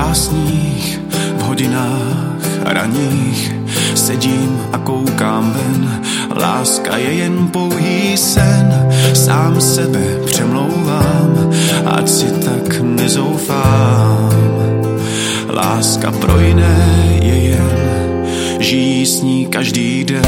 básních, v hodinách raních sedím a koukám ven. Láska je jen pouhý sen, sám sebe přemlouvám, ať si tak nezoufám. Láska pro jiné je jen, žijí s ní každý den.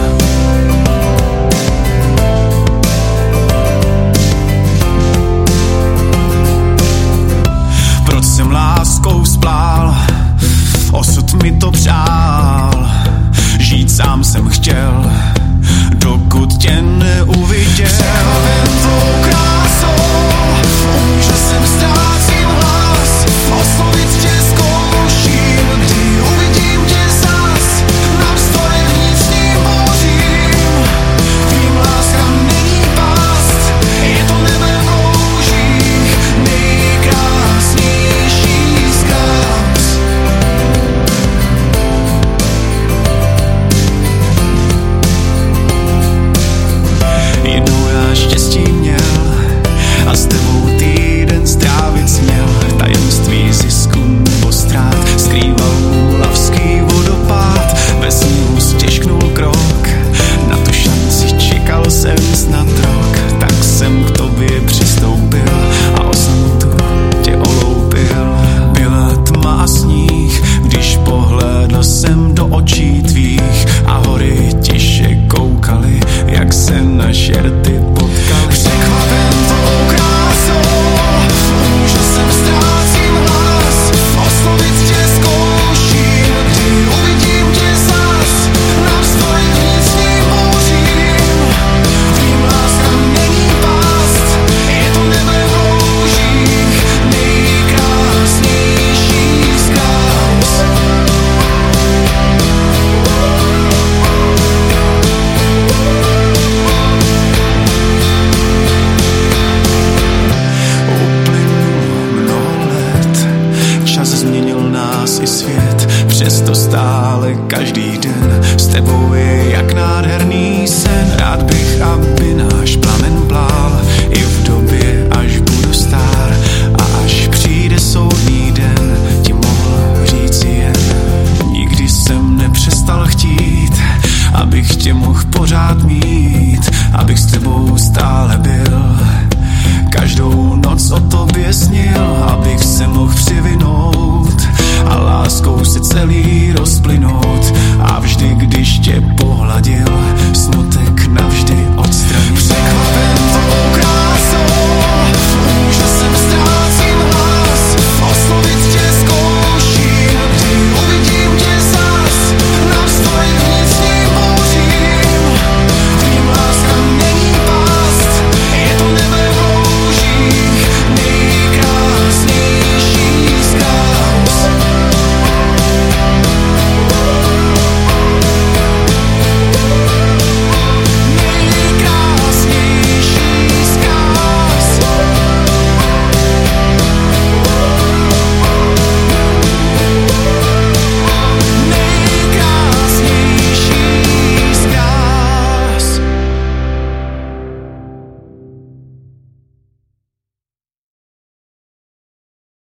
Proč jsem láskou splál, osud mi to přál, žít sám jsem chtěl, dokud tě neuviděl. Překvapen tvou krásou, umíš, jsem ztrácím hlas, oslovit tě zkouším, kdy uvidím tě zas, navzdory vnitřním božím. Tvým láska není past, je to nebe v loužích, nejkrásnější z krás. Jednou já štěstí měl a s tebou týden strávit směl. Tajemství zisku nebo ztrát skrýval úlavský vodopád. Ve sněhu stěžknul krok, na tu šanci čekal jsem snad rok. Tak jsem k tobě přistoupil a o samotu tě oloupil. Byla tma a sníh, když pohlédl jsem do očí tvých a hory tiše koukaly, jak se na šerty potkali. Překvapen tvou krásou, umíš, jsem ztrácím hlas, oslovit tě zkouším, kdy uvidím tě zas, navzdory vnitřním božím. Tvým láska není past, je to nebe v loužích, nejkrásnější z krás. Změnil nás i svět, přesto stále každý den s tebou je jak nádherný sen. Rád bych, aby náš plamen plál i v době, až budu stár, a až přijde soudný den, ti mohl říci jen. Nikdy jsem nepřestal chtít, abych tě mohl pořád mít, abych s tebou stále byl. Každou noc o tobě snil, abych se mohl přivinout a láskou se celý rozplynout. A vždy, když tě pohladil,